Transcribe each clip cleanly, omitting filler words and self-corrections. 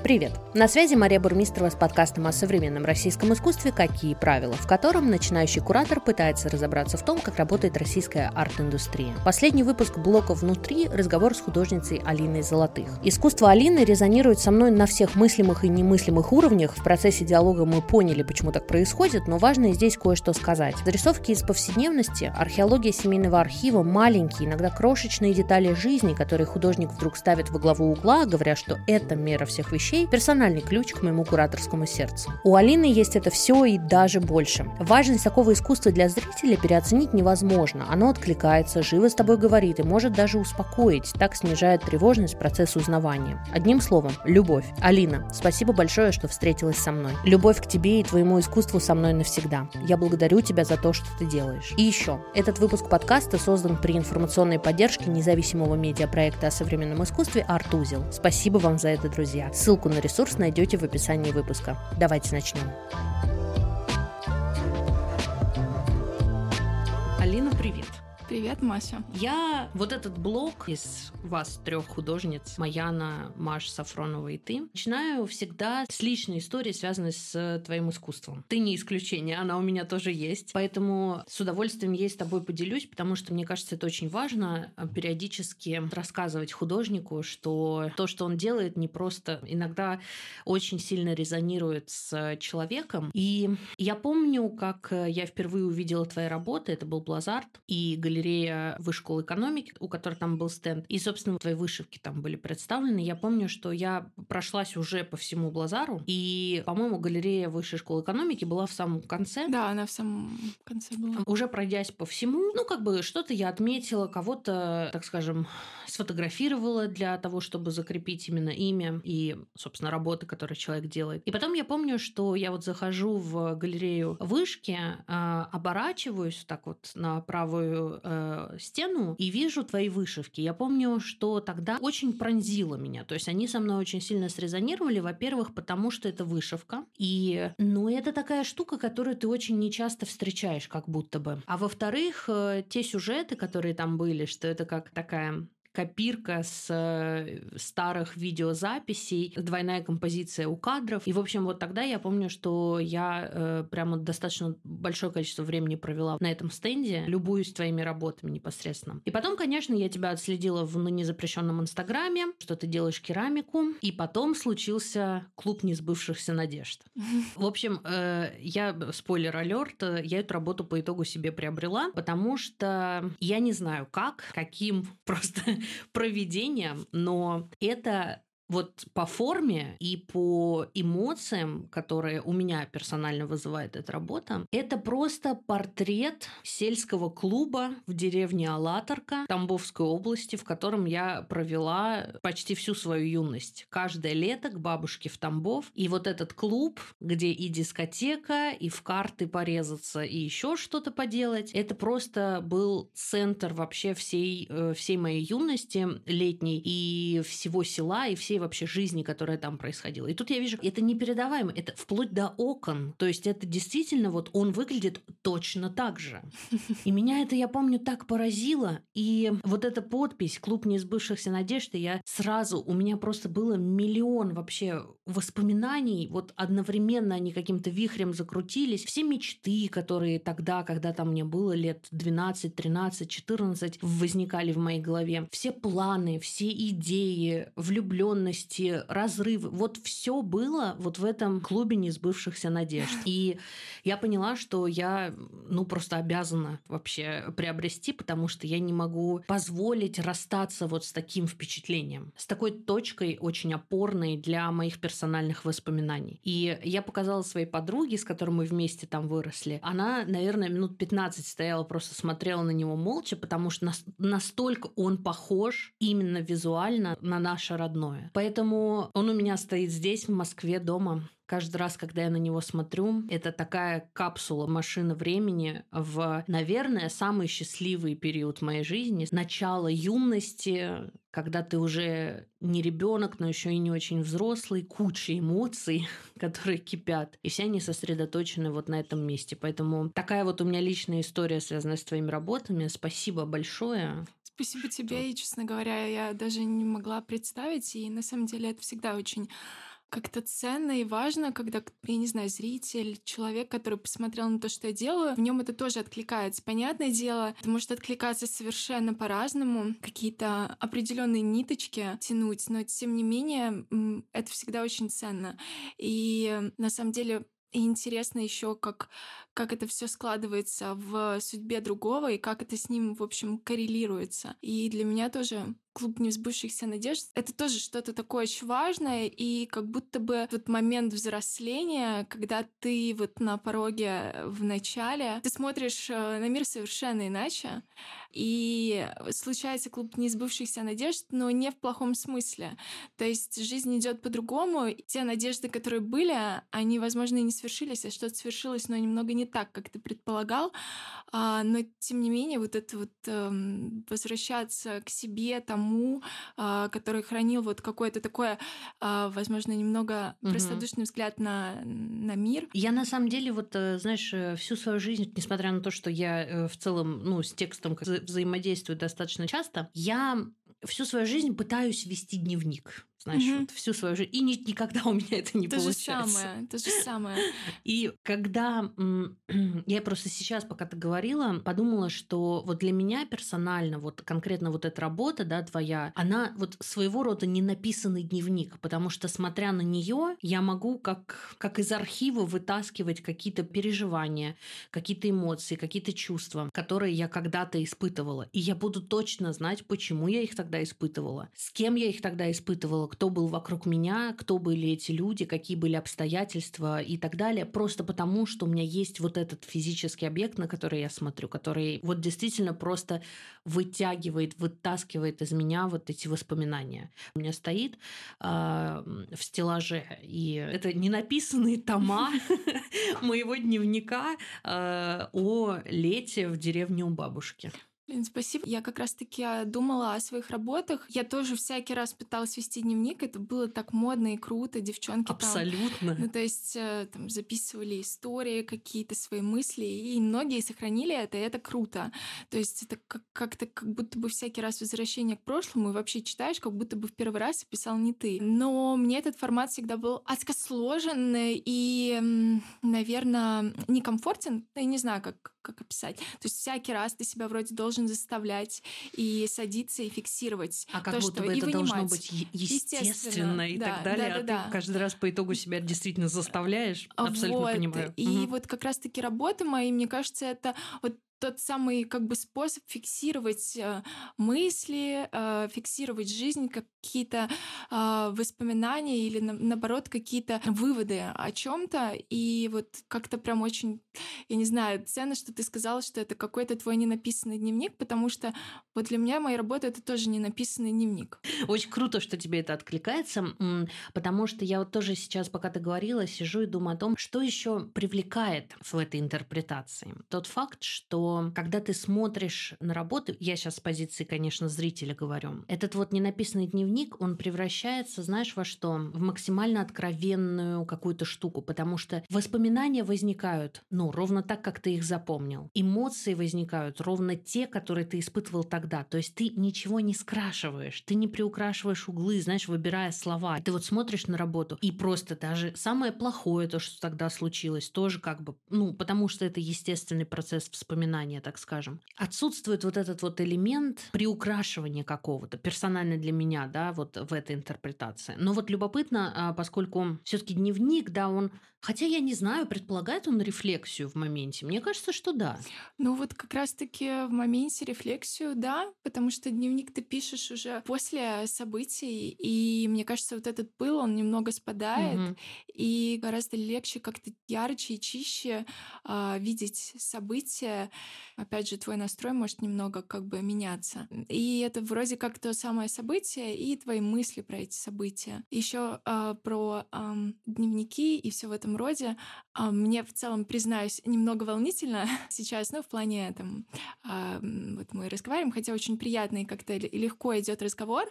Привет! На связи Мария Бурмистрова с подкастом о современном российском искусстве «Какие правила?», в котором начинающий куратор пытается разобраться в том, как работает российская арт-индустрия. Последний выпуск блока «Внутри» – разговор с художницей Алиной Золотых. Искусство Алины резонирует со мной на всех мыслимых и немыслимых уровнях. В процессе диалога мы поняли, почему так происходит, но важно и здесь кое-что сказать. Зарисовки из повседневности, археология семейного архива, маленькие, иногда крошечные детали жизни, которые художник вдруг ставит во главу угла, говоря, что это мера всех вещей, персональный ключ к моему кураторскому сердцу. У Алины есть это все и даже больше. Важность такого искусства для зрителя переоценить невозможно. Оно откликается, живо с тобой говорит и может даже успокоить. Так снижает тревожность процесса узнавания. Одним словом, любовь. Алина, спасибо большое, что встретилась со мной. Любовь к тебе и твоему искусству со мной навсегда. Я благодарю тебя за то, что ты делаешь. И еще, этот выпуск подкаста создан при информационной поддержке независимого медиапроекта о современном искусстве «Артузел». Спасибо вам за это, друзья. Ссылку на ресурс найдете в описании выпуска. Давайте начнем. Алина, привет. Привет, Мася. Я вот этот блог из вас трех художниц, Маяна, Маш, Сафронова и ты, начинаю всегда с личной истории, связанной с твоим искусством. Ты не исключение, она у меня тоже есть. Поэтому с удовольствием ей с тобой поделюсь, потому что мне кажется, это очень важно периодически рассказывать художнику, что то, что он делает, не просто иногда очень сильно резонирует с человеком. И я помню, как я впервые увидела твои работы, это был Блазарт и галерея Высшей школы экономики, у которой там был стенд. И, собственно, твои вышивки там были представлены. Я помню, что я прошлась уже по всему Блазару, и, по-моему, галерея Высшей школы экономики была в самом конце. Да, она в самом конце была. Уже пройдясь по всему, что-то я отметила, кого-то, так скажем, сфотографировала для того, чтобы закрепить именно имя и, собственно, работы, которые человек делает. И потом я помню, что я вот захожу в галерею Вышки, оборачиваюсь так вот на правую стену и вижу твои вышивки. Я помню, что тогда очень пронзило меня. То есть они со мной очень сильно срезонировали. Во-первых, потому что это вышивка. И, это такая штука, которую ты очень нечасто встречаешь, как будто бы. А во-вторых, те сюжеты, которые там были, что это как такая копирка с старых видеозаписей, двойная композиция у кадров. И, в общем, вот тогда я помню, что я прямо достаточно большое количество времени провела на этом стенде, любуюсь твоими работами непосредственно. И потом, конечно, я тебя отследила в незапрещенном Инстаграме, что ты делаешь керамику. И потом случился клуб несбывшихся надежд. В общем, я, спойлер-алерт, я эту работу по итогу себе приобрела, потому что я не знаю каким просто проведением, но это вот по форме и по эмоциям, которые у меня персонально вызывает эта работа, это просто портрет сельского клуба в деревне Алатырка Тамбовской области, в котором я провела почти всю свою юность. Каждое лето к бабушке в Тамбов. И вот этот клуб, где и дискотека, и в карты порезаться, и еще что-то поделать, это просто был центр вообще всей моей юности летней и всего села, и всей вообще жизни, которая там происходила. И тут я вижу, это непередаваемо, это вплоть до окон. То есть это действительно вот он выглядит точно так же. И меня это, я помню, так поразило. И вот эта подпись «Клуб несбывшихся надежд», у меня просто было миллион вообще воспоминаний, вот одновременно они каким-то вихрем закрутились. Все мечты, которые тогда, когда там мне было лет 12, 13, 14, возникали в моей голове. Все планы, все идеи, влюбленности, разрывы. Вот все было вот в этом клубе несбывшихся надежд. И я поняла, что я, просто обязана вообще приобрести, потому что я не могу позволить расстаться вот с таким впечатлением, с такой точкой очень опорной для моих персональных воспоминаний. И я показала своей подруге, с которой мы вместе там выросли. Она, наверное, минут 15 стояла, просто смотрела на него молча, потому что настолько он похож именно визуально на наше родное. Поэтому он у меня стоит здесь, в Москве, дома. Каждый раз, когда я на него смотрю, это такая капсула, машина времени в, наверное, самый счастливый период моей жизни. Начало юности, когда ты уже не ребенок, но еще и не очень взрослый, куча эмоций, которые кипят, и все они сосредоточены вот на этом месте. Поэтому такая вот у меня личная история, связанная с твоими работами. Спасибо большое. Спасибо тебе, и, честно говоря, я даже не могла представить, и на самом деле это всегда очень как-то ценно и важно, когда, я не знаю, зритель, человек, который посмотрел на то, что я делаю, в нем это тоже откликается. Понятное дело, это может откликаться совершенно по-разному, какие-то определенные ниточки тянуть, но тем не менее это всегда очень ценно. И на самом деле и интересно еще, как это все складывается в судьбе другого и как это с ним, в общем, коррелируется. И для меня тоже клуб несбывшихся надежд — это тоже что-то такое очень важное, и как будто бы вот момент взросления, когда ты вот на пороге в начале, ты смотришь на мир совершенно иначе, и случается клуб несбывшихся надежд, но не в плохом смысле. То есть жизнь идет по-другому, и те надежды, которые были, они, возможно, и не свершились, а что-то свершилось, но немного не так, как ты предполагал. Но тем не менее, вот это вот возвращаться к себе, тому, который хранил вот какое-то такое, возможно, немного Мгм. простодушный взгляд на мир. Я на самом деле, вот, знаешь, всю свою жизнь, несмотря на то, что я в целом, ну, с текстом взаимодействую достаточно часто, я всю свою жизнь пытаюсь вести дневник. Знаешь, Мгм. вот всю свою жизнь. И никогда у меня это не То же получается. самое, то же самое. И когда я просто сейчас, пока ты говорила, подумала, что вот для меня персонально, вот конкретно вот эта работа, да, твоя, она вот своего рода не написанный дневник, потому что, смотря на нее, я могу как из архива вытаскивать какие-то переживания, какие-то эмоции, какие-то чувства, которые я когда-то испытывала. И я буду точно знать, почему я их тогда испытывала, с кем я их тогда испытывала, кто был вокруг меня, кто были эти люди, какие были обстоятельства и так далее. Просто потому, что у меня есть вот этот физический объект, на который я смотрю, который вот действительно просто вытаскивает из меня вот эти воспоминания. У меня стоит в стеллаже, и это не написанные тома моего дневника о лете в деревне у бабушки. Блин, спасибо. Я как раз-таки думала о своих работах. Я тоже всякий раз пыталась вести дневник. Это было так модно и круто. Девчонки там, Абсолютно. ну, то есть, там записывали истории, какие-то свои мысли, и многие сохранили это, и это круто. То есть это как-то как будто бы всякий раз возвращение к прошлому, и вообще читаешь, как будто бы в первый раз писал не ты. Но мне этот формат всегда был адско сложен и, наверное, некомфортен. Я не знаю, как описать. То есть всякий раз ты себя вроде должен заставлять и садиться, и фиксировать А как то, будто что... бы И это должно вынимать. быть Естественно, естественно и так да, далее, а ты да-да-да. каждый раз по итогу себя действительно заставляешь. Абсолютно Вот. понимаю. И Мгм. вот как раз-таки работа моя, мне кажется, это вот тот самый как бы способ фиксировать мысли, фиксировать жизнь, какие-то воспоминания или наоборот какие-то выводы о чем-то. И вот как-то прям очень, я не знаю, ценно, что ты сказала, что это какой-то твой ненаписанный дневник, потому что вот для меня моя работа — это тоже ненаписанный дневник. Очень круто, что тебе это откликается, потому что я вот тоже сейчас, пока ты говорила, сижу и думаю о том, что еще привлекает в этой интерпретации. Тот факт, что когда ты смотришь на работу, я сейчас с позиции, конечно, зрителя говорю, этот вот ненаписанный дневник, он превращается, знаешь, во что? В максимально откровенную какую-то штуку, потому что воспоминания возникают, ну, ровно так, как ты их запомнил. Эмоции возникают ровно те, которые ты испытывал тогда. То есть ты ничего не скрашиваешь, ты не приукрашиваешь углы, знаешь, выбирая слова. Ты вот смотришь на работу, и просто даже самое плохое, то, что тогда случилось, тоже как бы, ну, потому что это естественный процесс вспоминания, так скажем. Отсутствует вот этот вот элемент приукрашивания какого-то, персонально для меня, да, вот в этой интерпретации. Но вот любопытно, поскольку все-таки дневник, да, он, хотя я не знаю, предполагает он рефлексию в моменте. Мне кажется, что да. Ну вот как раз-таки в моменте рефлексию, да, потому что дневник ты пишешь уже после событий, и мне кажется, вот этот пыл, он немного спадает, Мгм. и гораздо легче как-то ярче и чище видеть события. Опять же, твой настрой может немного как бы меняться. И это вроде как то самое событие и твои мысли про эти события. Еще про дневники и все в этом роде. Мне в целом, признаюсь, немного волнительно сейчас, ну, в плане там, вот мы разговариваем, хотя очень приятно и как-то легко идет разговор,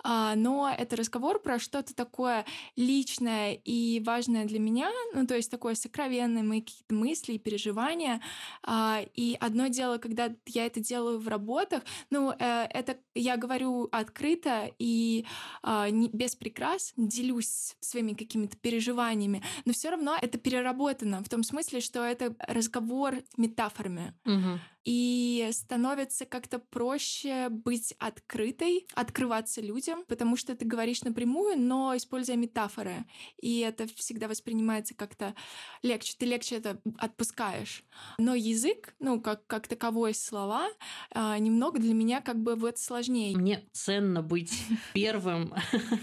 но это разговор про что-то такое личное и важное для меня, ну, то есть такое сокровенное, мои какие-то мысли и переживания, и одно дело, когда я это делаю в работах, это я говорю открыто и без прикрас, делюсь своими какими-то переживаниями, но все равно это переработано в том смысле, что это разговор метафорами. Мгм. И становится как-то проще быть открытой, открываться людям, потому что ты говоришь напрямую, но используя метафоры. И это всегда воспринимается как-то легче. Ты легче это отпускаешь. Но язык, как таковой слова, немного для меня как бы вот сложнее. Мне ценно быть первым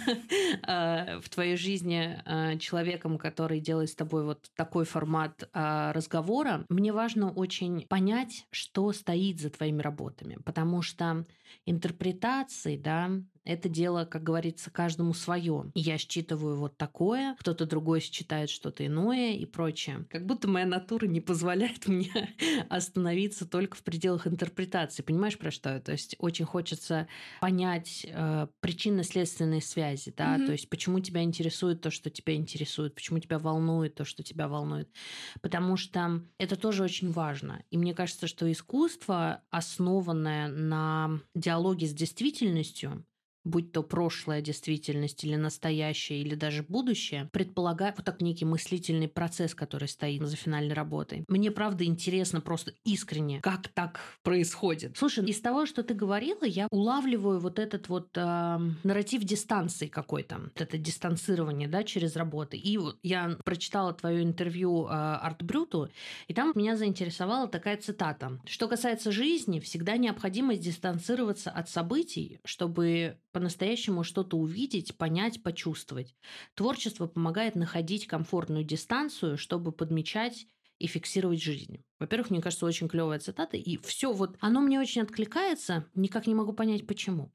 в твоей жизни человеком, который делает с тобой вот такой формат разговора. Мне важно очень понять, что стоит за твоими работами, потому что интерпретации, да, это дело, как говорится, каждому свое. Я считываю вот такое, кто-то другой считает что-то иное и прочее. Как будто моя натура не позволяет мне остановиться только в пределах интерпретации. Понимаешь, про что я? То есть очень хочется понять причинно-следственные связи, да, то Мгм. есть почему тебя интересует то, что тебя интересует, почему тебя волнует то, что тебя волнует, потому что это тоже очень важно. И мне кажется, что искусство, основанное на диалоге с действительностью, будь то прошлая действительность или настоящее, или даже будущее, предполагает вот так некий мыслительный процесс, который стоит за финальной работой. Мне правда интересно просто искренне, как так происходит. Слушай, из того, что ты говорила, я улавливаю вот этот вот нарратив дистанции какой-то, вот это дистанцирование, да, через работы. И вот я прочитала твое интервью Арт Брюту, и там меня заинтересовала такая цитата. Что касается жизни, всегда необходимо дистанцироваться от событий, чтобы по-настоящему что-то увидеть, понять, почувствовать. Творчество помогает находить комфортную дистанцию, чтобы подмечать и фиксировать жизнь. Во-первых, мне кажется, очень клевая цитата, и все вот, оно мне очень откликается, никак не могу понять, почему.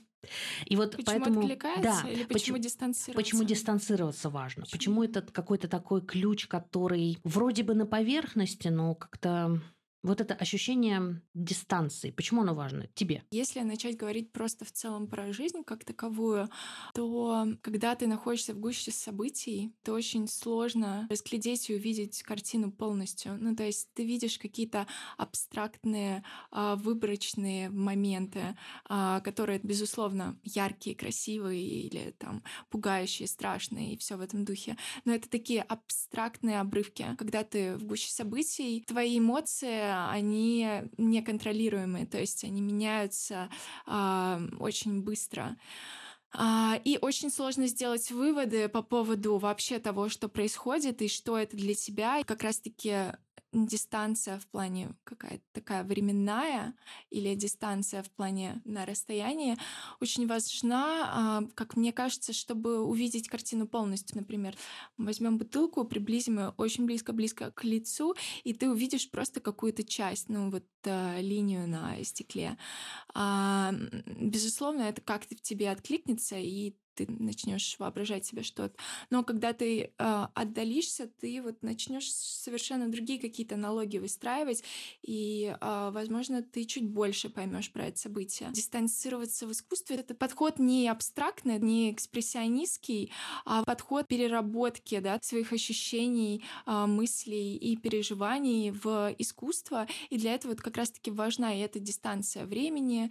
И вот Почему поэтому, откликается да, или почему почему дистанцироваться? дистанцироваться важно, Почему? почему этот какой-то такой ключ, который вроде бы на поверхности, но как-то вот это ощущение дистанции, почему оно важно тебе? Если начать говорить просто в целом про жизнь как таковую, то когда ты находишься в гуще событий, то очень сложно разглядеть и увидеть картину полностью. То есть ты видишь какие-то абстрактные, выборочные моменты, которые, безусловно, яркие, красивые или там пугающие, страшные и все в этом духе. Но это такие абстрактные обрывки. Когда ты в гуще событий, твои эмоции, они неконтролируемые, то есть они меняются очень быстро. И очень сложно сделать выводы по поводу вообще того, что происходит и что это для тебя. И как раз-таки дистанция в плане какая-то такая временная или дистанция в плане на расстоянии очень важна, как мне кажется, чтобы увидеть картину полностью. Например, возьмем бутылку, приблизим ее очень близко-близко к лицу, и ты увидишь просто какую-то часть, линию на стекле. Безусловно, это как-то в тебе откликнется, и ты начнешь воображать себе что-то. Но когда ты отдалишься, ты вот начнешь совершенно другие какие-то аналогии выстраивать, и, возможно, ты чуть больше поймешь про это событие. Дистанцироваться в искусстве — это подход не абстрактный, не экспрессионистский, а подход переработки, да, своих ощущений, мыслей и переживаний в искусство. И для этого вот как раз-таки важна и эта дистанция времени,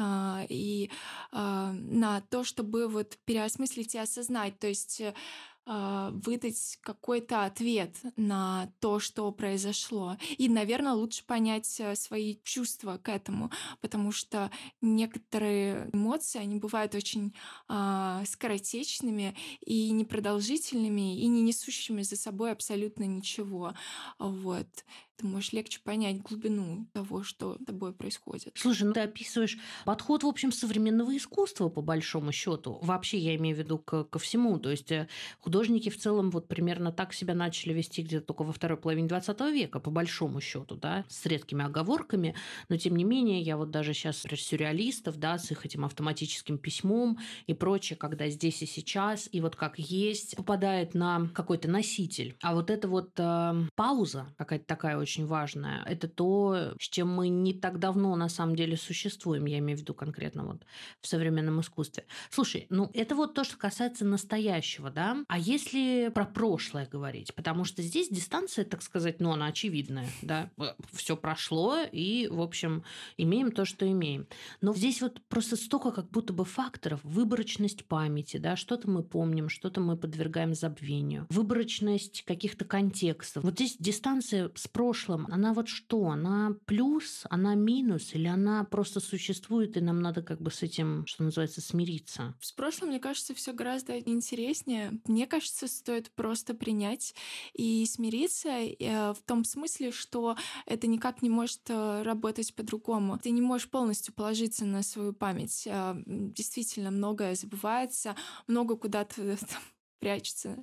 на то, чтобы вот переосмыслить и осознать, то есть выдать какой-то ответ на то, что произошло. И, наверное, лучше понять свои чувства к этому, потому что некоторые эмоции, они бывают очень скоротечными и непродолжительными, и не несущими за собой абсолютно ничего. Вот. Ты можешь легче понять глубину того, что с тобой происходит. Слушай, ну ты описываешь подход, в общем, современного искусства, по большому счету. Вообще, я имею в виду ко всему. То есть художники в целом вот примерно так себя начали вести где-то только во второй половине 20 века, по большому счету, да, с редкими оговорками. Но тем не менее, я вот даже сейчас сюрреалистов, да, с их этим автоматическим письмом и прочее, когда здесь и сейчас, и вот как есть, попадает на какой-то носитель. А вот эта вот пауза, какая-то такая очень важное. Это то, с чем мы не так давно на самом деле существуем, я имею в виду конкретно вот в современном искусстве. Слушай, ну это вот то, что касается настоящего, да? А если про прошлое говорить? Потому что здесь дистанция, так сказать, ну она очевидная, да? Все прошло, и, в общем, имеем то, что имеем. Но здесь вот просто столько как будто бы факторов. Выборочность памяти, да, что-то мы помним, что-то мы подвергаем забвению. Выборочность каких-то контекстов. Вот здесь дистанция с прошлым, она вот что? Она плюс, она минус, или она просто существует, и нам надо как бы с этим, что называется, смириться? С прошлым, мне кажется, все гораздо интереснее. Мне кажется, стоит просто принять и смириться в том смысле, что это никак не может работать по-другому. Ты не можешь полностью положиться на свою память. Действительно, многое забывается, много куда-то прячется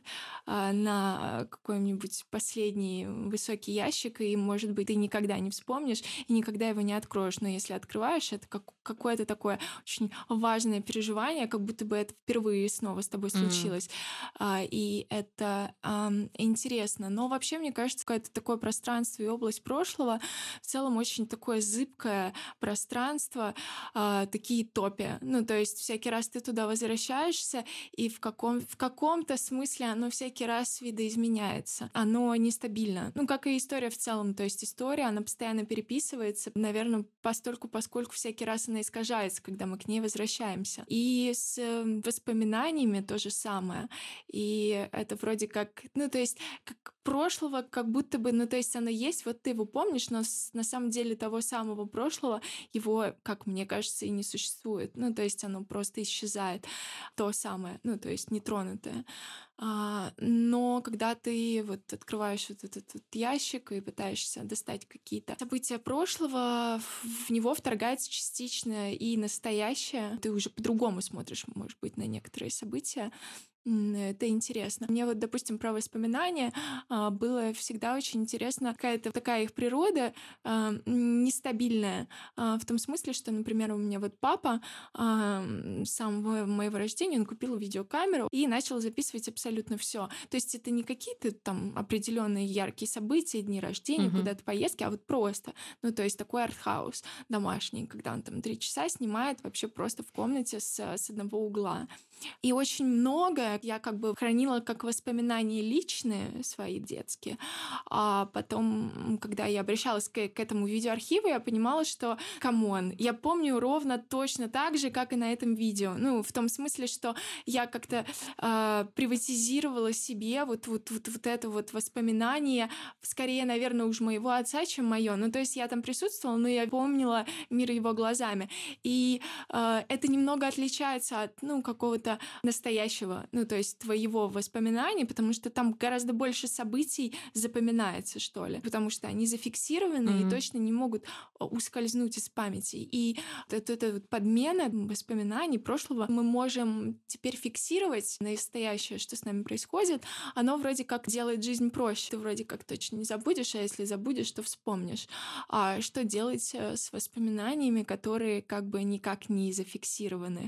на какой-нибудь последний высокий ящик, и, может быть, ты никогда не вспомнишь и никогда его не откроешь. Но если открываешь, это какое-то такое очень важное переживание, как будто бы это впервые снова с тобой случилось. И это интересно. Но вообще, мне кажется, какое-то такое пространство и область прошлого в целом очень такое зыбкое пространство, такие топи. Ну, то есть всякий раз ты туда возвращаешься, и в каком-то смысле оно всякий раз видоизменяется. Оно нестабильно. Ну, как и история в целом. То есть история, она постоянно переписывается, наверное, поскольку всякий раз она искажается, когда мы к ней возвращаемся. И с воспоминаниями то же самое. И это вроде как, ну, то есть как прошлого, как будто бы, ну, то есть оно есть, вот ты его помнишь, но на самом деле того самого прошлого, его, как мне кажется, и не существует. Ну, то есть оно просто исчезает. То самое, ну, то есть нетронутое. Но когда ты вот открываешь вот этот вот ящик и пытаешься достать какие-то события прошлого, в него вторгается частично и настоящее. Ты уже по-другому смотришь, может быть, на некоторые события. Это интересно. Мне вот, допустим, про воспоминания было всегда очень интересно. Какая-то такая их природа нестабильная. В том смысле, что, например, у меня вот папа с самого моего рождения, он купил видеокамеру и начал записывать абсолютно все. То есть это не какие-то там определенные яркие события, дни рождения, куда-то поездки, а вот просто. Ну, то есть такой артхаус домашний, когда он там 3 часа снимает вообще просто в комнате с одного угла. И очень многое я как бы хранила как воспоминания личные свои детские. А потом, когда я обращалась к этому видеоархиву, я понимала, что, камон, я помню ровно точно так же, как и на этом видео. Ну, в том смысле, что я как-то приватизировала себе вот это вот воспоминание, скорее, наверное, уж моего отца, чем мое. Ну, то есть я там присутствовала, но я помнила мир его глазами. И это немного отличается от, ну, какого-то настоящего, ну, то есть твоего воспоминания, потому что там гораздо больше событий запоминается, что ли, потому что они зафиксированы и точно не могут ускользнуть из памяти. И эта вот подмена воспоминаний прошлого мы можем теперь фиксировать настоящее, что с нами происходит. Оно вроде как делает жизнь проще. Ты вроде как точно не забудешь, а если забудешь, то вспомнишь. А что делать с воспоминаниями, которые как бы никак не зафиксированы?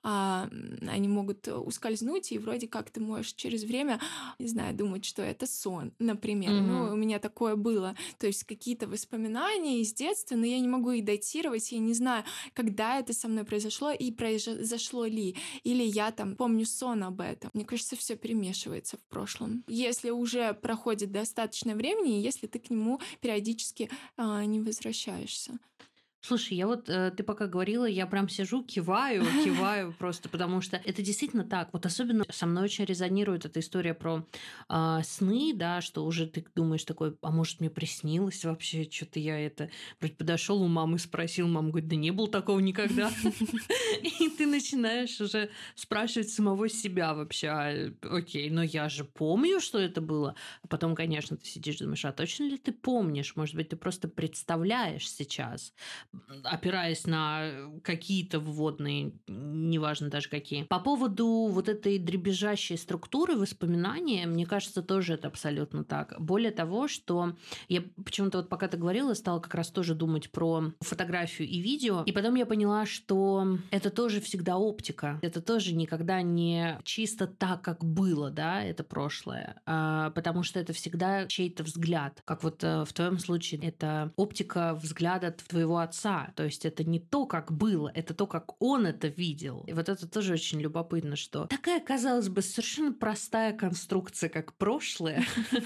Они могут ускользнуть, и вроде как ты можешь через время, не знаю, думать, что это сон, например. Ну, у меня такое было. То есть какие-то воспоминания из детства, но я не могу их датировать, я не знаю, когда это со мной произошло и произошло ли. Или я там помню сон об этом. Мне кажется, все перемешивается в прошлом. Если уже проходит достаточно времени, если ты к нему периодически не возвращаешься. Слушай, я вот, ты пока говорила, я прям сижу, киваю просто, потому что это действительно так. Вот особенно со мной очень резонирует эта история про сны, да, что уже ты думаешь такой, а может мне приснилось вообще, что-то я это вроде подошел у мамы, спросил, мама говорит, да не было такого никогда. И ты начинаешь уже спрашивать самого себя вообще, окей, но я же помню, что это было. А потом, конечно, ты сидишь, думаешь, а точно ли ты помнишь? Может быть, ты просто представляешь сейчас. опираясь на какие-то вводные, неважно даже какие. По поводу вот этой дребезжащей структуры воспоминания, мне кажется, тоже это абсолютно так. Более того, что я почему-то вот пока ты говорила, стала как раз тоже думать про фотографию и видео, и потом я поняла, что это тоже всегда оптика. Это тоже никогда не чисто так, как было, да, это прошлое, потому что это всегда чей-то взгляд. Как вот в твоем случае это оптика взгляда твоего отца. То есть это не то, как было, это то, как он это видел. И вот это тоже очень любопытно, что такая, казалось бы, совершенно простая конструкция, как прошлое,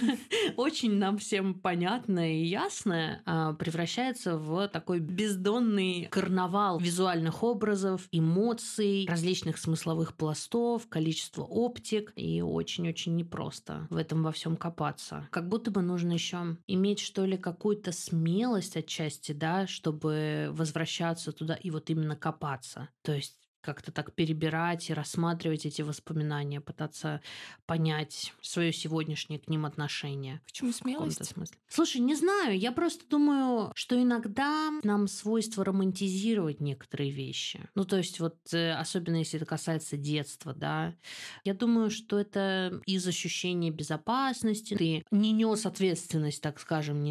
очень нам всем понятная и ясная, превращается в такой бездонный карнавал визуальных образов, эмоций, различных смысловых пластов, количество оптик. И очень-очень непросто в этом во всем копаться. Как будто бы нужно еще иметь, что ли, какую-то смелость отчасти, да, чтобы возвращаться туда и вот именно копаться. То есть как-то так перебирать и рассматривать эти воспоминания, пытаться понять свое сегодняшнее к ним отношение. Почему В каком-то смелость? смысле. Слушай, не знаю, я просто думаю, что иногда нам свойство романтизировать некоторые вещи. Ну, то есть вот, особенно если это касается детства, да, я думаю, что это из ощущения безопасности. Ты не нес ответственность, так скажем,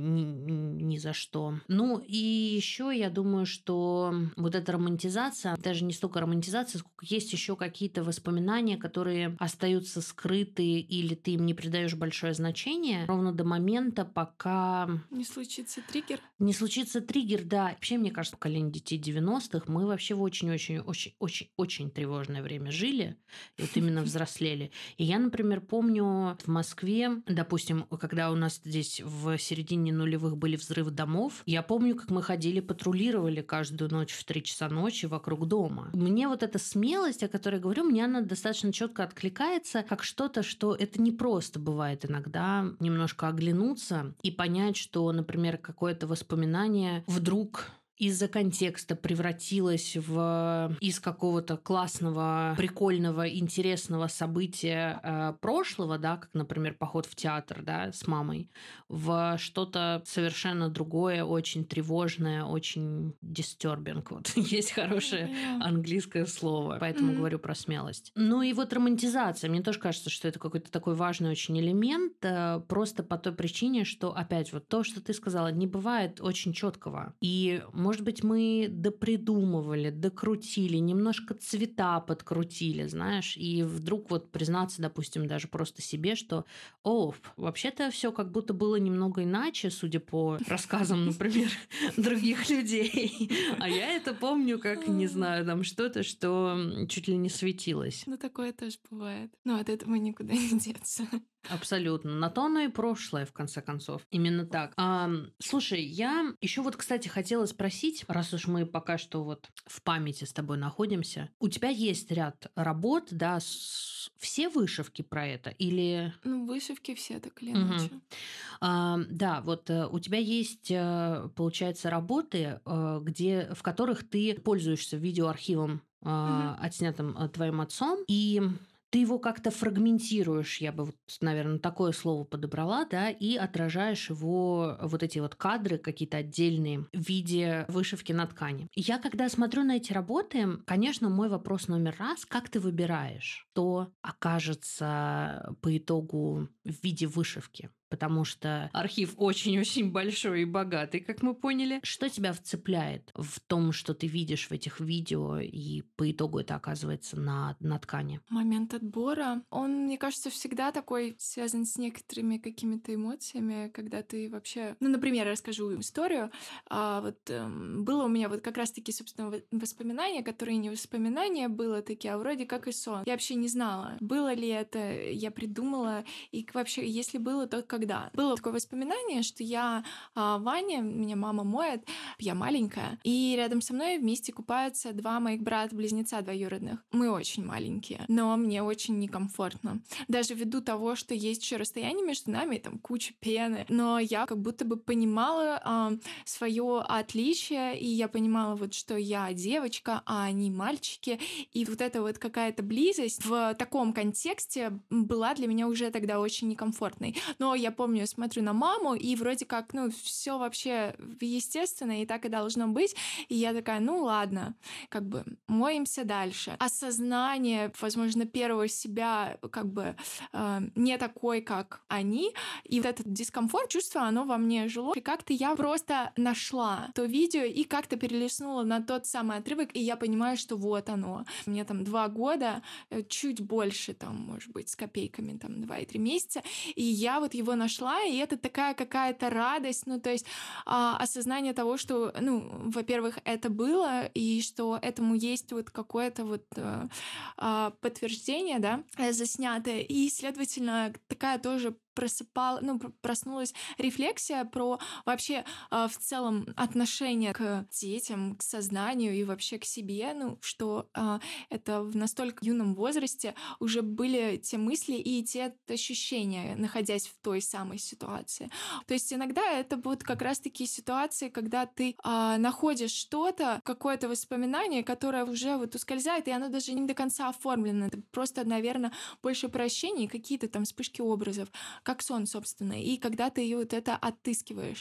ни за что. Ну, и еще я думаю, что вот эта романтизация, даже не столько романтизация, сколько есть еще какие-то воспоминания, которые остаются скрыты или ты им не придаешь большое значение ровно до момента, пока Не случится триггер? не случится триггер, да. Вообще, мне кажется, поколение детей 90-х, мы вообще в очень-очень-очень-очень тревожное время жили, и вот именно взрослели. И я, например, помню в Москве, допустим, когда у нас здесь в середине нулевых были взрывы домов, я помню, как мы ходили, патрулировали каждую ночь в 3 часа ночи вокруг дома. Мне вот эта смелость, о которой я говорю, мне она достаточно четко откликается, как что-то, что это не просто бывает иногда немножко оглянуться и понять, что, например, какое-то воспоминание вдруг из-за контекста превратилось из какого-то классного, прикольного, интересного события прошлого, да, как, например, поход в театр, да, с мамой, в что-то совершенно другое, очень тревожное, очень disturbing. Вот есть хорошее английское слово, поэтому говорю про смелость. Ну и вот романтизация. Мне тоже кажется, что это какой-то такой важный очень элемент, просто по той причине, что, опять, вот то, что ты сказала, не бывает очень четкого. И может быть, мы допридумывали, докрутили, немножко цвета подкрутили, знаешь, и вдруг вот признаться, допустим, даже просто себе, что, вообще-то все как будто было немного иначе, судя по рассказам, например, других людей. А я это помню как, не знаю, там что-то, что чуть ли не светилось. Ну, такое тоже бывает. Но от этого никуда не деться. Абсолютно. На то оно и прошлое, в конце концов. Именно так. Слушай, я еще вот, кстати, хотела спросить, раз уж мы пока что вот в памяти с тобой находимся, у тебя есть ряд работ, да, все вышивки про это или... Ну, вышивки все так или иначе. Да, вот у тебя есть, получается, работы, в которых ты пользуешься видеоархивом, отснятым твоим отцом, и ты его как-то фрагментируешь, я бы, вот, наверное, такое слово подобрала, да, и отражаешь его, вот эти вот кадры какие-то отдельные в виде вышивки на ткани. Я, когда смотрю на эти работы, конечно, мой вопрос номер раз, как ты выбираешь, что окажется по итогу в виде вышивки? Потому что архив очень-очень большой и богатый, как мы поняли. Что тебя вцепляет в том, что ты видишь в этих видео, и по итогу это оказывается на ткани? Момент отбора, он, мне кажется, всегда такой связан с некоторыми какими-то эмоциями, когда ты вообще... Ну, например, я расскажу историю. Было у меня вот как раз-таки, собственно, воспоминания, которые не воспоминания было такие, а вроде как и сон. Я вообще не знала, было ли это, я придумала, и вообще, если было, то когда. Было такое воспоминание, что я Ваня, меня мама моет, я маленькая, и рядом со мной вместе купаются 2 моих брата-близнеца двоюродных. Мы очень маленькие, но мне очень некомфортно. Даже ввиду того, что есть еще расстояние между нами, там куча пены, но я как будто бы понимала свое отличие, и я понимала вот, что я девочка, а они мальчики, и вот эта вот какая-то близость в таком контексте была для меня уже тогда очень некомфортной. Но я я помню, смотрю на маму, и вроде как, ну, все вообще естественно, и так и должно быть. И я такая, ну ладно, как бы моемся дальше. Осознание, возможно, первого себя как бы не такой, как они. И вот этот дискомфорт, чувство, оно во мне жило. И как-то я просто нашла то видео и как-то перелистнула на тот самый отрывок, и я понимаю, что вот оно. Мне там 2 года, чуть больше, там, может быть, с копейками, там, 2 и 3 месяца. И я вот его нашла, и это такая какая-то радость, ну, то есть осознание того, что, ну, во-первых, это было, и что этому есть вот какое-то вот подтверждение, да, заснятое, и, следовательно, такая тоже проснулась рефлексия про вообще в целом отношение к детям, к сознанию и вообще к себе, ну, что это в настолько юном возрасте уже были те мысли и те ощущения, находясь в той самой ситуации. То есть иногда это будут как раз-таки ситуации, когда ты находишь что-то, какое-то воспоминание, которое уже вот ускользает, и оно даже не до конца оформлено. Это просто, наверное, больше прощения и какие-то там вспышки образов, как сон, собственно. И когда ты вот это отыскиваешь,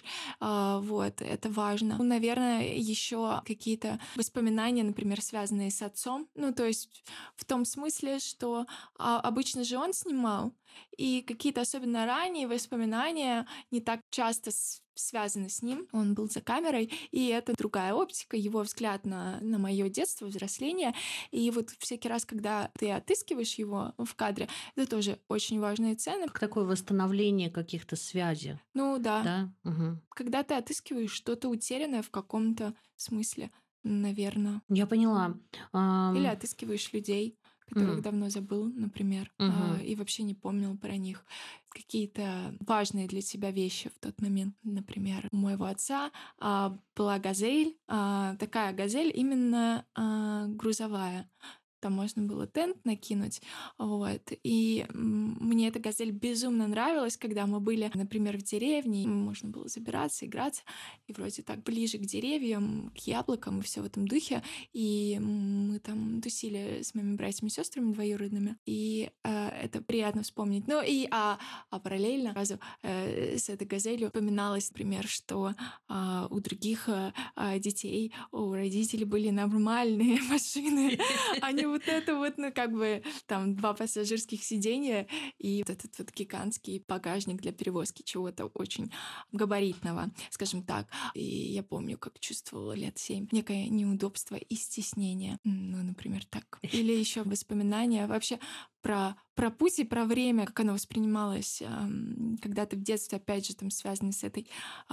вот, это важно. Ну, наверное, еще какие-то воспоминания, например, связанные с отцом. Ну, то есть в том смысле, что обычно же он снимал, и какие-то особенно ранние воспоминания не так часто связаны с ним. Он был за камерой, и это другая оптика, его взгляд на мое детство, взросление. И вот всякий раз, когда ты отыскиваешь его в кадре, это тоже очень важно и ценно. Как такое восстановление каких-то связей, Ну да, да? Мгм. когда ты отыскиваешь что-то утерянное в каком-то смысле, наверное. Я поняла. Или отыскиваешь людей, которых М, давно забыл, например, мгм. и вообще не помнил про них. Какие-то важные для тебя вещи в тот момент. Например, у моего отца была газель, такая газель именно грузовая. Там можно было тент накинуть, вот. И мне эта газель безумно нравилась, когда мы были, например, в деревне, и можно было забираться, играться, и вроде так ближе к деревьям, к яблокам и все в этом духе. И мы там тусили с моими братьями и сестрами двоюродными, и это приятно вспомнить. Ну и параллельно сразу с этой газелью упоминалось, например, что у других детей, у родителей были нормальные машины, а не вот это вот, ну как бы там 2 пассажирских сиденья и вот этот вот гигантский багажник для перевозки чего-то очень габаритного, скажем так. И я помню, как чувствовала лет 7 некое неудобство и стеснение. Ну, например, так. Или еще воспоминания вообще про путь и про время, как оно воспринималось когда-то в детстве, опять же, там связано с этой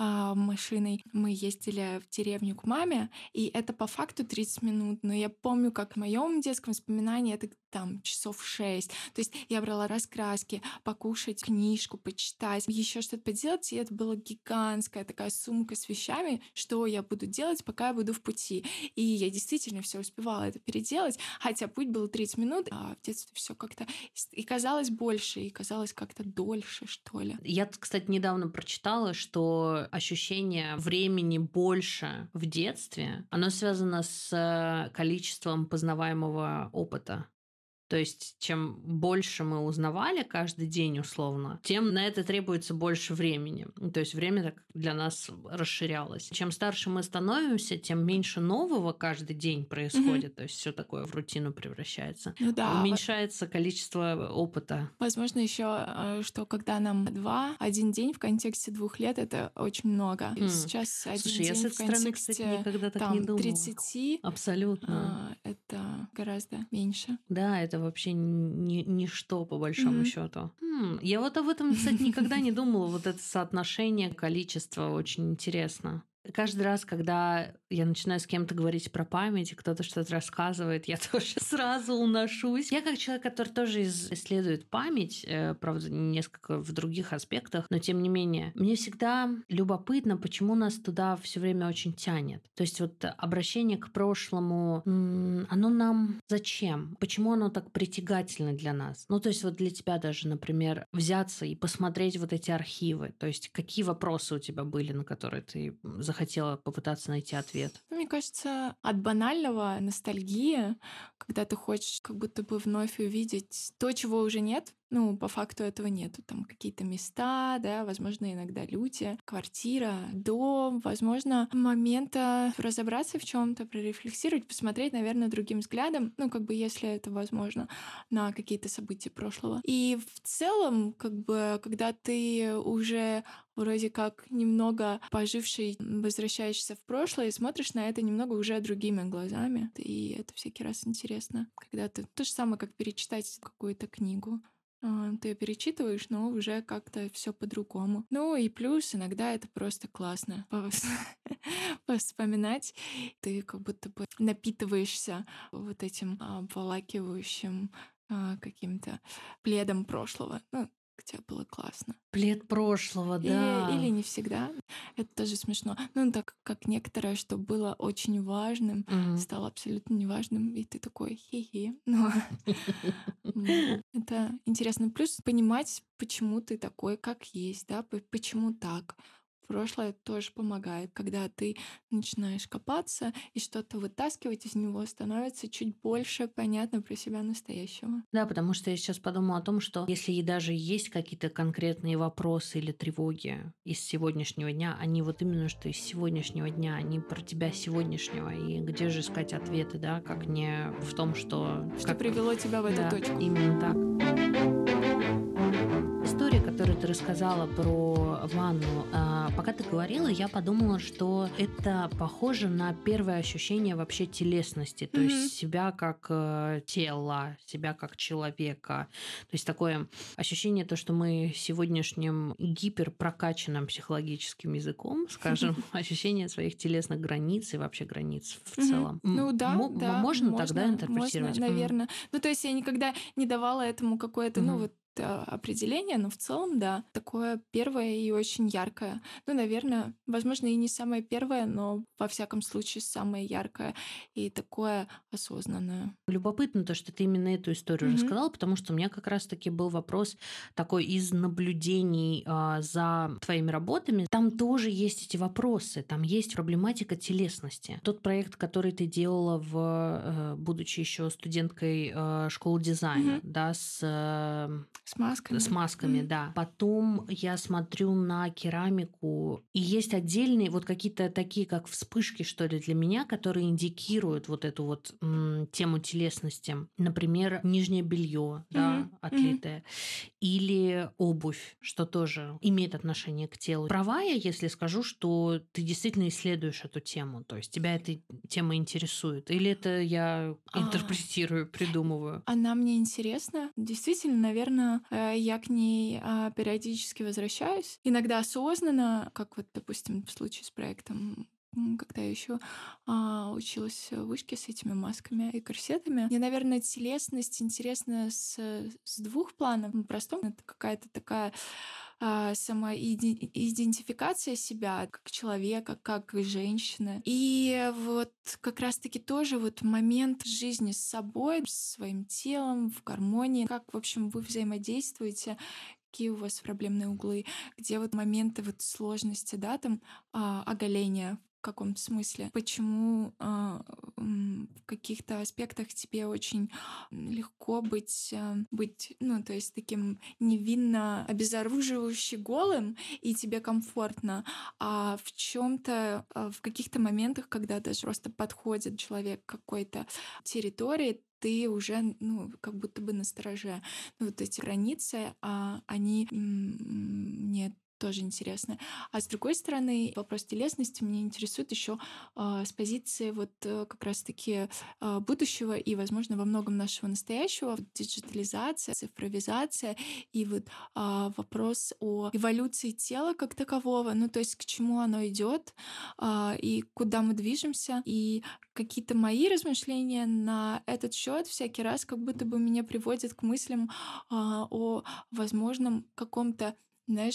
машиной. Мы ездили в деревню к маме, и это по факту 30 минут, но я помню, как в моем детском воспоминании это там часов 6. То есть я брала раскраски, покушать, книжку, почитать, еще что-то поделать, и это была гигантская такая сумка с вещами, что я буду делать, пока я буду в пути. И я действительно все успевала это переделать, хотя путь был 30 минут, а в детстве все как-то и казалось больше, и казалось как-то дольше, что ли. Я, кстати, недавно прочитала, что ощущение времени больше в детстве, оно связано с количеством познаваемого опыта. То есть, чем больше мы узнавали каждый день условно, тем на это требуется больше времени. То есть время так для нас расширялось. Чем старше мы становимся, тем меньше нового каждый день происходит. То есть все такое в рутину превращается. Ну да, Уменьшается количество опыта. возможно, еще, что когда нам 1 день в контексте 2 лет это очень много. И сейчас 1 Слушай, я с день этой в стороны, кстати, контексте никогда так не там думала. 30 Абсолютно. это гораздо меньше. Да, это вообще ничто по большому Мгм. счету. Я вот об этом, кстати, никогда не думала. Вот это соотношение количества очень интересно. Каждый раз, когда я начинаю с кем-то говорить про память, и кто-то что-то рассказывает, я тоже сразу уношусь. Я как человек, который тоже исследует память, правда, несколько в других аспектах, но тем не менее, мне всегда любопытно, почему нас туда все время очень тянет. То есть вот обращение к прошлому, оно нам зачем? Почему оно так притягательно для нас? Ну, то есть вот для тебя даже, например, взяться и посмотреть вот эти архивы. То есть какие вопросы у тебя были, на которые ты захотела попытаться найти ответ? Мне кажется, от банального ностальгии, когда ты хочешь как будто бы вновь увидеть то, чего уже нет. Ну, по факту этого нету. Там какие-то места, да, возможно, иногда люди, квартира, дом, возможно, момента разобраться в чем-то, прорефлексировать, посмотреть, наверное, другим взглядом, ну, как бы, если это возможно, на какие-то события прошлого. И в целом, как бы, когда ты уже вроде как немного поживший, возвращаешься в прошлое и смотришь на это немного уже другими глазами. И это всякий раз интересно. Когда ты... То же самое, как перечитать какую-то книгу. Ты её перечитываешь, но уже как-то все по-другому. Ну и плюс иногда это просто классно повспоминать. Ты как будто бы напитываешься вот этим обволакивающим каким-то пледом прошлого. Ну, где было классно. Плед прошлого, Или да. не всегда. Это тоже смешно. Ну, так как некоторое, что было очень важным, Мгм. стало абсолютно неважным, и ты такой: «Хе-хе». Ну, это интересно. Плюс понимать, почему ты такой, как есть, да, почему так. Прошлое тоже помогает, когда ты начинаешь копаться и что-то вытаскивать из него, становится чуть больше понятно про себя настоящего. Да, потому что я сейчас подумала о том, что если и даже есть какие-то конкретные вопросы или тревоги из сегодняшнего дня, они вот именно что из сегодняшнего дня, они про тебя сегодняшнего. И где же искать ответы, да, как не в том, что... Что Как... привело тебя в эту Да, точку? именно так. История, которую ты рассказала про ванну, пока ты говорила, я подумала, что это похоже на первое ощущение вообще телесности, то есть Мгм. себя как тела, себя как человека. То есть такое ощущение, то, что мы сегодняшним гиперпрокачанным психологическим языком, скажем, ощущение своих телесных границ и вообще границ в Мгм. целом. Ну да, да, Можно тогда можно, интерпретировать? наверное. Ну, то есть я никогда не давала этому какое-то, ну, Мгм. вот определение, но в целом, да, такое первое и очень яркое. Ну, наверное, возможно, и не самое первое, но во всяком случае самое яркое и такое осознанное. Любопытно то, что ты именно эту историю Мгм. рассказала, потому что у меня как раз-таки был вопрос такой из наблюдений за твоими работами. Там тоже есть эти вопросы, там есть проблематика телесности. Тот проект, который ты делала, будучи еще студенткой школы дизайна, Мгм. да, С с масками. масками, Мгм. да. Потом я смотрю на керамику, и есть отдельные вот какие-то такие, как вспышки, что ли, для меня, которые индикируют вот эту вот тему телесности. Например, нижнее белье, Мгм. да, Мгм. отлитое, или обувь, что тоже имеет отношение к телу. Права я, если скажу, что ты действительно исследуешь эту тему, то есть тебя эта тема интересует, или это я А, интерпретирую, придумываю? Она мне интересна. Действительно, наверное, я к ней периодически возвращаюсь. Иногда осознанно, как вот, допустим, в случае с проектом, когда я еще училась в вышке с этими масками и корсетами. Мне, наверное, телесность интересна с двух планов. Простом это какая-то такая самоидентификация себя как человека, как женщины. И вот как раз-таки тоже вот момент жизни с собой, с своим телом, в гармонии, как, в общем, вы взаимодействуете, какие у вас проблемные углы, где вот моменты вот сложности, да, там оголения в каком-то смысле, почему в каких-то аспектах тебе очень легко быть, ну, то есть таким невинно обезоруживающе голым, и тебе комфортно, а в чем-то, в каких-то моментах, когда даже просто подходит человек к какой-то территории, ты уже, ну, как будто бы настороже. Ну, вот эти границы, они мне тоже интересны. А с другой стороны, вопрос телесности меня интересует еще с позиции вот как раз-таки будущего и, возможно, во многом нашего настоящего. Вот диджитализация, цифровизация и вот вопрос о эволюции тела как такового, ну, то есть к чему оно идет и куда мы движемся. И какие-то мои размышления на этот счет всякий раз как будто бы меня приводят к мыслям о возможном каком-то, знаешь,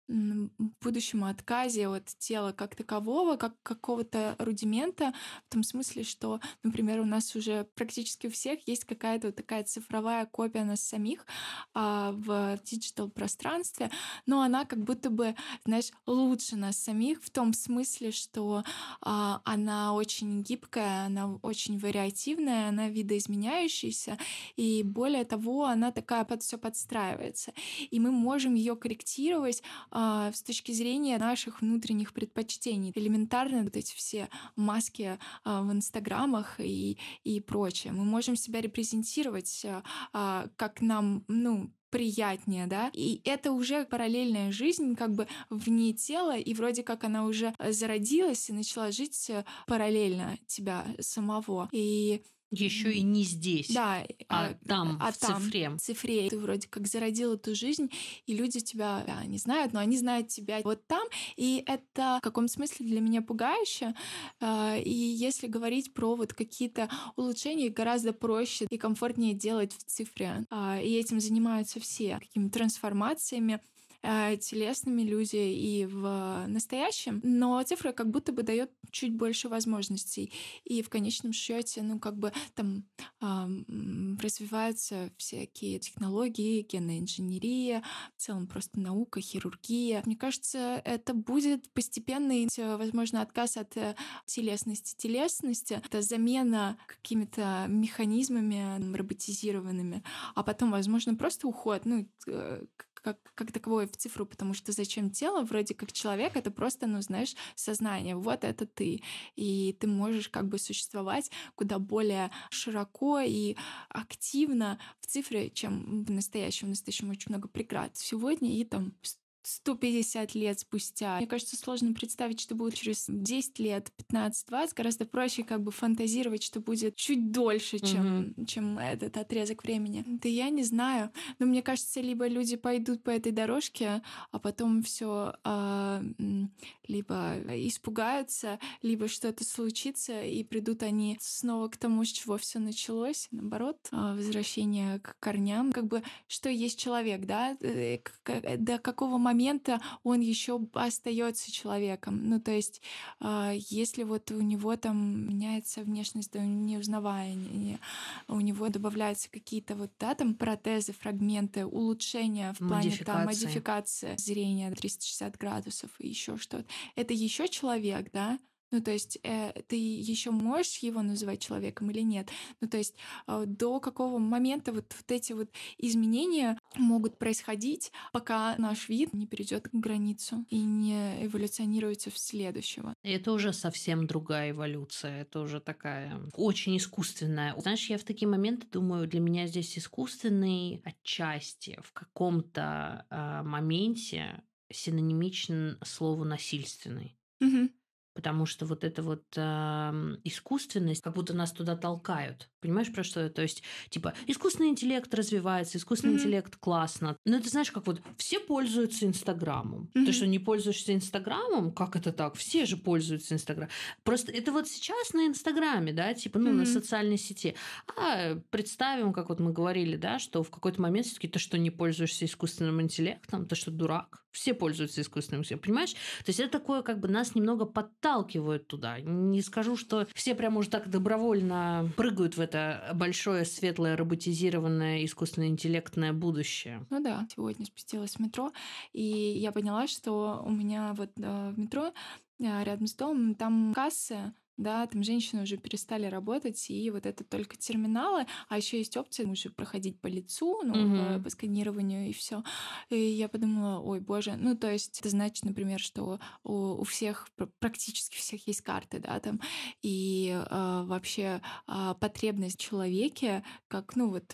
будущем отказе от тела как такового, как какого-то рудимента, в том смысле, что, например, у нас уже практически у всех есть какая-то вот такая цифровая копия нас самих в диджитал-пространстве, но она как будто бы, знаешь, лучше нас самих в том смысле, что она очень гибкая, она очень вариативная, она видоизменяющаяся, и более того, она такая под все подстраивается. И мы можем ее корректировать с точки зрения наших внутренних предпочтений. Элементарно вот эти все маски в инстаграмах и прочее. Мы можем себя репрезентировать как нам, ну, приятнее, да, и это уже параллельная жизнь, как бы вне тела, и вроде как она уже зародилась и начала жить параллельно тебя самого. И Еще и не здесь, да, а там, в там, цифре. в цифре, ты вроде как зародил эту жизнь, и люди тебя не знают, но они знают тебя вот там, и это в каком смысле для меня пугающе. И если говорить про вот какие-то улучшения, их гораздо проще и комфортнее делать в цифре. И этим занимаются все, какими-то трансформациями телесными люди и в настоящем, но цифра как будто бы дает чуть больше возможностей. И в конечном счете, ну, как бы там развиваются всякие технологии, генная инженерия, в целом просто наука, хирургия. Мне кажется, это будет постепенный, возможно, отказ от телесности. Это замена какими-то механизмами роботизированными, а потом, возможно, просто уход, ну, как таковое в цифру, потому что зачем тело? Вроде как человек — это просто, ну, знаешь, сознание. Вот это ты. И ты можешь как бы существовать куда более широко и активно в цифре, чем в настоящем. В настоящем очень много преград сегодня и там 150 лет спустя. Мне кажется, сложно представить, что будет через 10 лет, 15-20. Гораздо проще как бы фантазировать, что будет чуть дольше, чем этот отрезок времени. Да я не знаю. Но мне кажется, либо люди пойдут по этой дорожке, а потом все либо испугаются, либо что-то случится, и придут они снова к тому, с чего все началось. Наоборот, возвращение к корням. Как бы, что есть человек, да? До какого момента он еще остается человеком. Ну, то есть, если вот у него там меняется внешность до неузнавания, у него добавляются какие-то вот, да, там протезы, фрагменты, улучшения в плане там модификации зрения 360 градусов и еще что-то. Это еще человек, да? Ну, то есть ты еще можешь его называть человеком или нет? Ну, то есть до какого момента вот эти вот изменения могут происходить, пока наш вид не перейдет границу и не эволюционируется в следующего. И это уже совсем другая эволюция. Это уже такая очень искусственная. Знаешь, я в такие моменты думаю, для меня здесь искусственный отчасти в каком-то моменте синонимичен слову насильственный. Мгм. Потому что вот эта вот искусственность, как будто нас туда толкают. Понимаешь, про что я? То есть, типа, искусственный интеллект развивается, искусственный Мгм. интеллект классно. Но это знаешь, как вот все пользуются Инстаграмом. Ты Мгм. что, не пользуешься Инстаграмом? Как это так? Все же пользуются Инстаграмом. Просто это вот сейчас на Инстаграме, да, типа, ну, на Мгм. социальной сети. А представим, как вот мы говорили, да, что в какой-то момент все-таки ты что, не пользуешься искусственным интеллектом? Ты что, дурак? Все пользуются искусственным интеллектом, понимаешь? То есть это такое, как бы нас немного подталкивают туда. Не скажу, что все прям уже так добровольно прыгают в это большое, светлое, роботизированное, искусственно-интеллектное будущее. Ну да, сегодня спустилась в метро, и я поняла, что у меня вот в метро рядом с домом там кассы, да, там женщины уже перестали работать, и вот это только терминалы, а еще есть опция уже проходить по лицу, ну, по сканированию и все. И я подумала, ой, боже, ну, то есть это значит, например, что у всех, практически всех есть карты, да, там, и вообще потребность в человеке как, ну вот,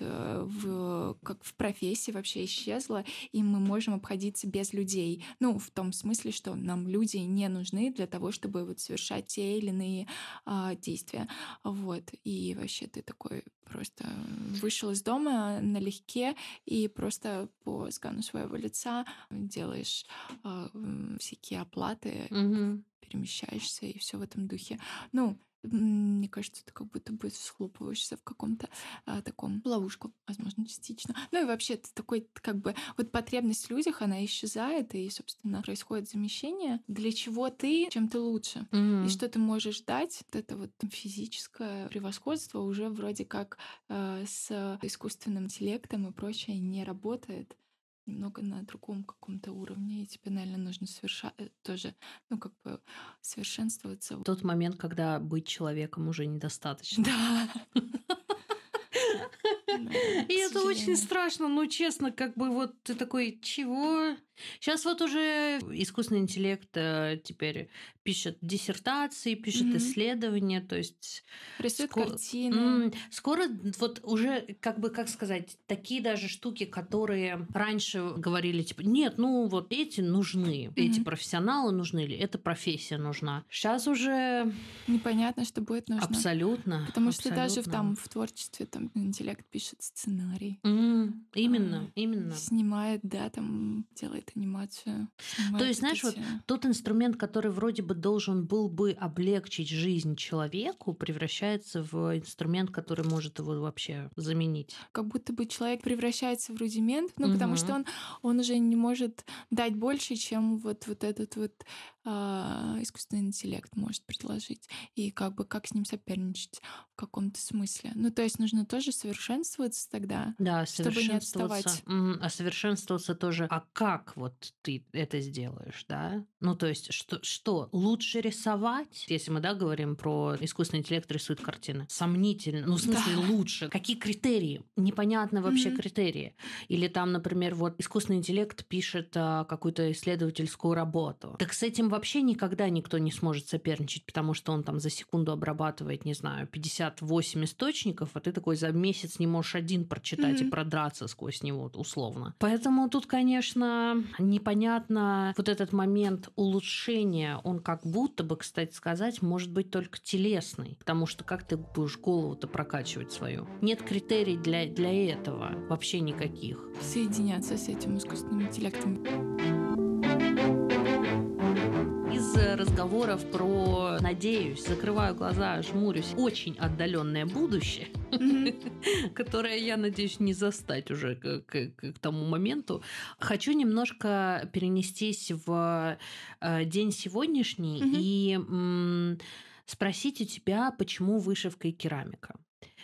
как в профессии вообще исчезла, и мы можем обходиться без людей. Ну, в том смысле, что нам люди не нужны для того, чтобы вот совершать те или иные действия. Вот. И вообще ты такой просто вышел из дома налегке и просто по скану своего лица делаешь всякие оплаты, Мгм. перемещаешься и все в этом духе. Ну, мне кажется, ты как будто бы схлопываешься в каком-то таком ловушку, возможно, частично. Ну и вообще это такой как бы вот потребность в людях, она исчезает, и, собственно, происходит замещение. Для чего ты, чем ты лучше? И Мгм. что ты можешь дать? Вот это вот физическое превосходство уже вроде как с искусственным интеллектом и прочее не работает. Немного на другом каком-то уровне, и тебе, наверное, нужно тоже, ну, как бы совершенствоваться. Тот момент, когда быть человеком уже недостаточно. Да, да, И к это очень сожалению. страшно, ну, честно, как бы вот ты такой: "Чего?" Сейчас вот уже искусственный интеллект, теперь пишет диссертации, пишет Мгм. исследования, то есть Рисует картины. скоро вот уже, как бы, как сказать, такие даже штуки, которые раньше говорили, типа: "Нет, ну, вот эти нужны, эти Мгм. профессионалы нужны или эта профессия нужна". Сейчас уже Непонятно, что будет нужно. абсолютно, Потому что даже абсолютно. в творчестве там интеллект пишет сценарий, Именно, именно. снимает, да, там делает анимацию, То снимает есть, вот знаешь, вот эти. тот инструмент, который вроде бы должен был бы облегчить жизнь человеку, превращается в инструмент, который может его вообще заменить. Как будто бы человек превращается в рудимент, ну, потому что Мгм. он уже не может дать больше, чем вот этот вот искусственный интеллект может предложить. И как бы как с ним соперничать в каком-то смысле. Ну, то есть нужно тоже совершенствоваться тогда, Да, чтобы не совершенствоваться. отставать. А совершенствоваться тоже. А как вот ты это сделаешь, да? Ну, то есть, что лучше рисовать? Если мы, да, говорим про искусственный интеллект рисует картины. Сомнительно. Ну, в Да. смысле, лучше. Какие критерии? Непонятно вообще Мгм. критерии. Или там, например, вот искусственный интеллект пишет какую-то исследовательскую работу. Так с этим вообще никогда никто не сможет соперничать, потому что он там за секунду обрабатывает, не знаю, 58 источников, а ты такой за месяц не можешь один прочитать и Мгм. продраться сквозь него, вот, условно. Поэтому тут, конечно, непонятно вот этот момент улучшения, он как будто бы, кстати сказать, может быть только телесный, потому что как ты будешь голову-то прокачивать свою? Нет критерий для этого, вообще никаких. Соединяться с этим искусственным интеллектом. Из разговоров про, надеюсь, закрываю глаза, жмурюсь, очень отдаленное будущее, Мгм. которое я надеюсь не застать уже к тому моменту, хочу немножко перенестись в день сегодняшний Мгм. и спросить у тебя, почему вышивка и керамика.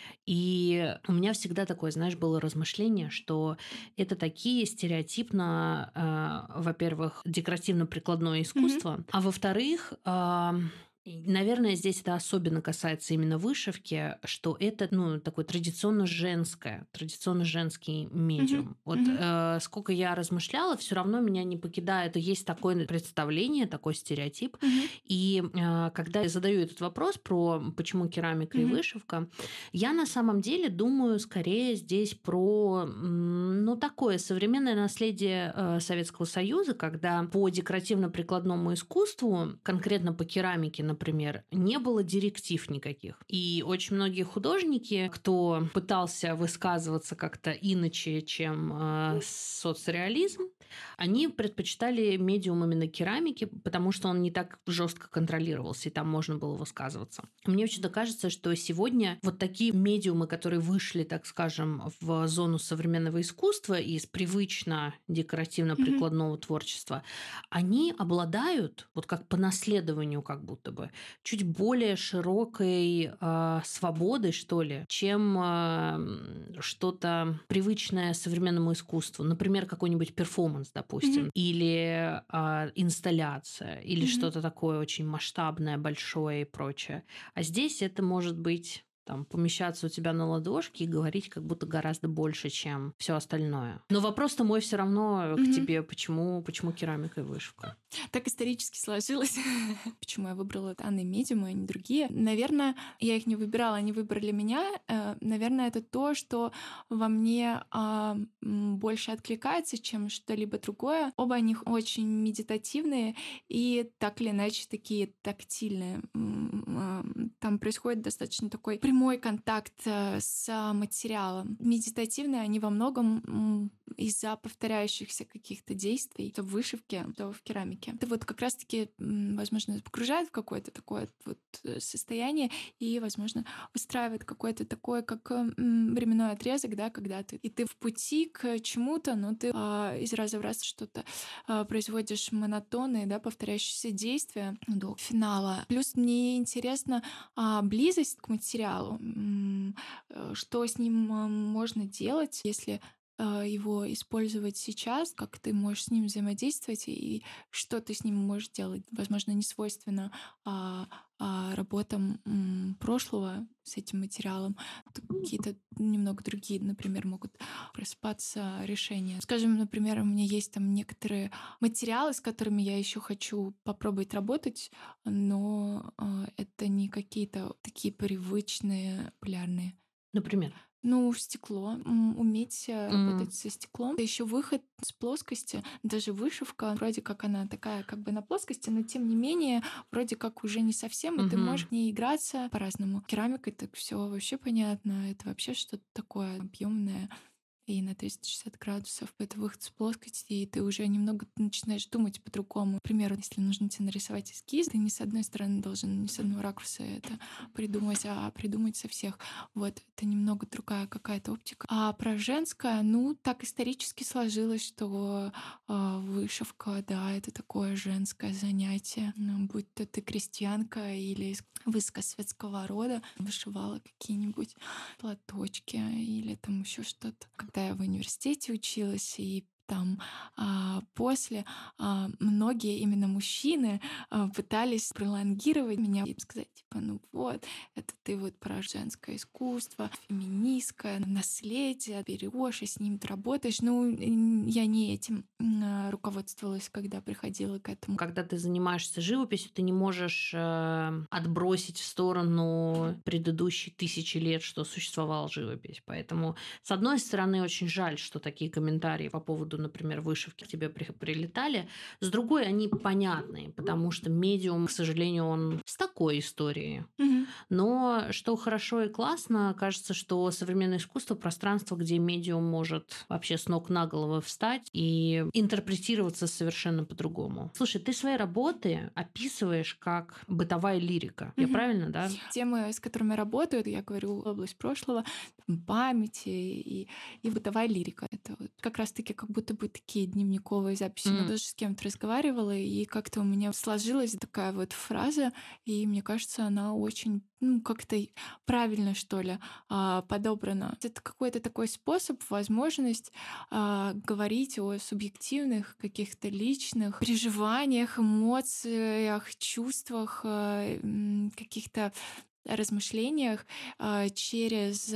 И у меня всегда такое, знаешь, было размышление, что это такие стереотипно, во-первых, декоративно-прикладное Мгм. искусство, а во-вторых, и, наверное, здесь это особенно касается именно вышивки, что это, ну, такой традиционно женский Мгм. медиум. Вот Мгм. сколько я размышляла, все равно меня не покидает. Есть такое представление, такой стереотип. Мгм. И когда я задаю этот вопрос про почему керамика и Мгм. вышивка, я на самом деле думаю скорее здесь про, ну, такое современное наследие Советского Союза, когда по декоративно-прикладному искусству, конкретно по керамике, например, не было директив никаких. И очень многие художники, кто пытался высказываться как-то иначе, чем соцреализм, они предпочитали медиум именно керамики, потому что он не так жестко контролировался, и там можно было высказываться. Мне почему-то кажется, что сегодня вот такие медиумы, которые вышли, так скажем, в зону современного искусства из привычно Мгм. декоративно-прикладного творчества, они обладают, вот как по наследованию как будто бы, чуть более широкой свободой, что ли, чем что-то привычное современному искусству. Например, какой-нибудь перформанс, Мгм. допустим, или инсталляция, или Мгм. что-то такое очень масштабное, большое и прочее. А здесь это может быть там помещаться у тебя на ладошке и говорить как будто гораздо больше, чем все остальное. Но вопрос-то мой все равно к Мгм. тебе, почему керамика и вышивка? Так исторически сложилось, почему я выбрала данные медиумы, а не другие. Наверное, я их не выбирала, они выбрали меня. Наверное, это то, что во мне больше откликается, чем что-либо другое. Оба они очень медитативные и так или иначе такие тактильные. Там происходит достаточно такой прямой контакт с материалом. Медитативные они во многом из-за повторяющихся каких-то действий, то в вышивке, то в керамике. Это вот как раз-таки, возможно, погружает в какое-то такое вот состояние и, возможно, выстраивает какое-то такое, как временной отрезок, да, когда ты в пути к чему-то, но ты из раза в раз что-то производишь монотонные, да, повторяющиеся действия до финала. Плюс мне интересно близость к материалу, что с ним можно делать, если его использовать сейчас, как ты можешь с ним взаимодействовать и что ты с ним можешь делать. Возможно, не свойственно работам прошлого с этим материалом. Какие-то немного другие, например, могут просыпаться решения. Скажем, например, у меня есть там некоторые материалы, с которыми я еще хочу попробовать работать, но это не какие-то такие привычные, популярные. Например. Ну, стекло, уметь М. работать со стеклом. Это еще выход с плоскости, даже вышивка, вроде как она такая как бы на плоскости, но тем не менее, вроде как уже не совсем, и ты можешь Мгм. не играться по-разному. Керамика так все вообще понятно, это вообще что-то такое объемное и на 360 градусов. Это выход с плоскости, и ты уже немного начинаешь думать по-другому. К примеру, если нужно тебе нарисовать эскиз, ты не с одной стороны должен, не с одного ракурса это придумать, а придумать со всех. Вот, это немного другая какая-то оптика. А про женское, ну, так исторически сложилось, что вышивка, да, это такое женское занятие. Ну, будь то ты крестьянка или из высокосветского рода, вышивала какие-нибудь платочки или там еще что-то. Когда я в университете училась, и там после многие именно мужчины пытались пролонгировать меня и сказать, типа, ну вот, это ты вот про женское искусство, феминистское наследие, берешь и с ним ты работаешь. Ну, я не этим руководствовалась, когда приходила к этому. Когда ты занимаешься живописью, ты не можешь отбросить в сторону предыдущие тысячи лет, что существовала живопись. Поэтому, с одной стороны, очень жаль, что такие комментарии по поводу, например, вышивки к тебе прилетали. С другой, они понятные, потому что медиум, к сожалению, он с такой историей. Мгм. Но что хорошо и классно, кажется, что современное искусство — пространство, где медиум может вообще с ног на голову встать и интерпретироваться совершенно по-другому. Слушай, ты свои работы описываешь как бытовая лирика. Я Мгм. правильно, да? Темы, с которыми работают, я говорю, область прошлого, памяти и бытовая лирика. Это вот как раз-таки как будто бы такие дневниковые записи. Но М. даже с кем-то разговаривала, и как-то у меня сложилась такая вот фраза, и мне кажется, она очень, ну, как-то правильно, что ли, подобрана. Это какой-то такой способ, возможность говорить о субъективных, каких-то личных переживаниях, эмоциях, чувствах, каких-то размышлениях через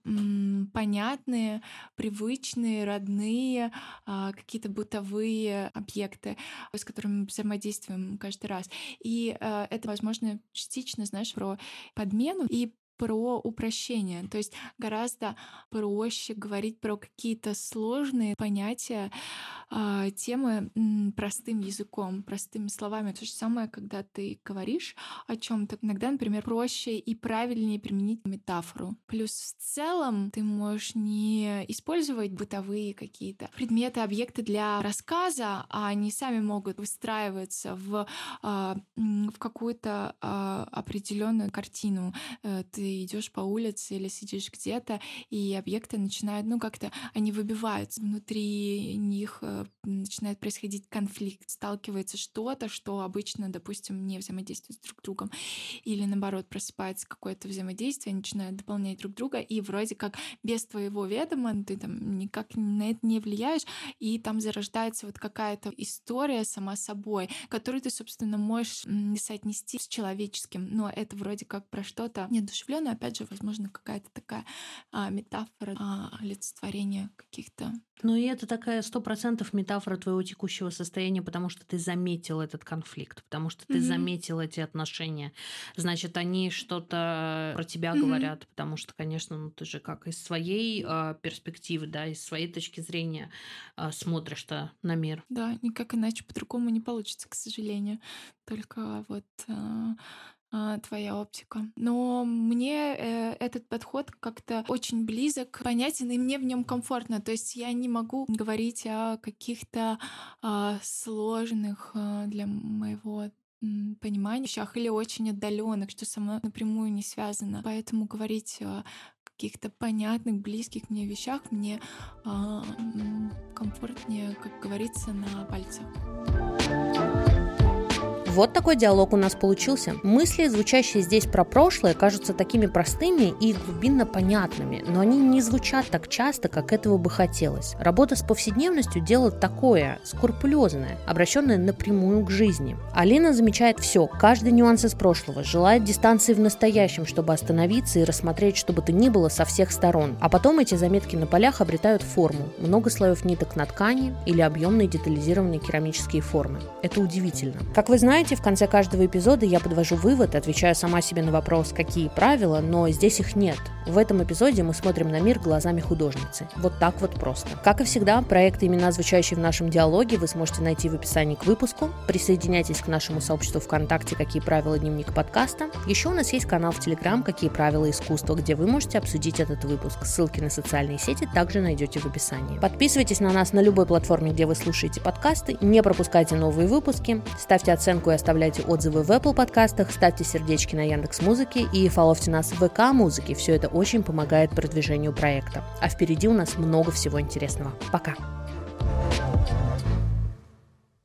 понятные, привычные, родные, какие-то бытовые объекты, с которыми мы взаимодействуем каждый раз. И это, возможно, частично, знаешь, про подмену и про упрощение. То есть гораздо проще говорить про какие-то сложные понятия, темы простым языком, простыми словами. То же самое, когда ты говоришь о чем-то, иногда, например, проще и правильнее применить метафору. Плюс в целом ты можешь не использовать бытовые какие-то предметы, объекты для рассказа, а они сами могут выстраиваться в какую-то определенную картину. Ты идешь по улице или сидишь где-то, и объекты начинают, ну, как-то они выбиваются. Внутри них начинает происходить конфликт, сталкивается что-то, что обычно, допустим, не взаимодействует с друг другом. Или наоборот, просыпается какое-то взаимодействие, они начинают дополнять друг друга, и вроде как без твоего ведома ты там никак на это не влияешь, и там зарождается вот какая-то история сама собой, которую ты, собственно, можешь соотнести с человеческим, но это вроде как про что-то неодушевленное, опять же, возможно, какая-то такая метафора, олицетворение каких-то. Ну и это такая 100% метафора твоего текущего состояния, потому что ты заметил этот конфликт, потому что ты Мгм. заметил эти отношения. Значит, они что-то про тебя Мгм. говорят, потому что, конечно, ну ты же как из своей перспективы, да, из своей точки зрения смотришь-то на мир. Да, никак иначе по-другому не получится, к сожалению. Только вот твоя оптика. Но мне этот подход как-то очень близок, понятен, и мне в нем комфортно. То есть я не могу говорить о каких-то сложных для моего понимания вещах или очень отдаленных, что со мной напрямую не связано. Поэтому говорить о каких-то понятных, близких мне вещах мне комфортнее, как говорится, на пальцах. Вот такой диалог у нас получился. Мысли, звучащие здесь про прошлое, кажутся такими простыми и глубинно понятными, но они не звучат так часто, как этого бы хотелось. Работа с повседневностью – дело такое, скрупулезное, обращенное напрямую к жизни. Алина замечает все, каждый нюанс из прошлого, желает дистанции в настоящем, чтобы остановиться и рассмотреть, что бы то ни было со всех сторон. А потом эти заметки на полях обретают форму. Много слоев ниток на ткани или объемные детализированные керамические формы. Это удивительно. Как вы знаете, в конце каждого эпизода я подвожу вывод, отвечаю сама себе на вопрос, какие правила, но здесь их нет. В этом эпизоде мы смотрим на мир глазами художницы. Вот так вот просто. Как и всегда, проекты «Имена, звучащие в нашем диалоге» вы сможете найти в описании к выпуску. Присоединяйтесь к нашему сообществу ВКонтакте «Какие правила. Дневник подкаста». Еще у нас есть канал в Телеграм «Какие правила. Искусства», где вы можете обсудить этот выпуск. Ссылки на социальные сети также найдете в описании. Подписывайтесь на нас на любой платформе, где вы слушаете подкасты, не пропускайте новые выпуски, ставьте оценку и оставляйте отзывы в Apple подкастах, ставьте сердечки на Яндекс.Музыке и фоловьте нас в ВК-музыке. Все это очень помогает продвижению проекта. А впереди у нас много всего интересного. Пока!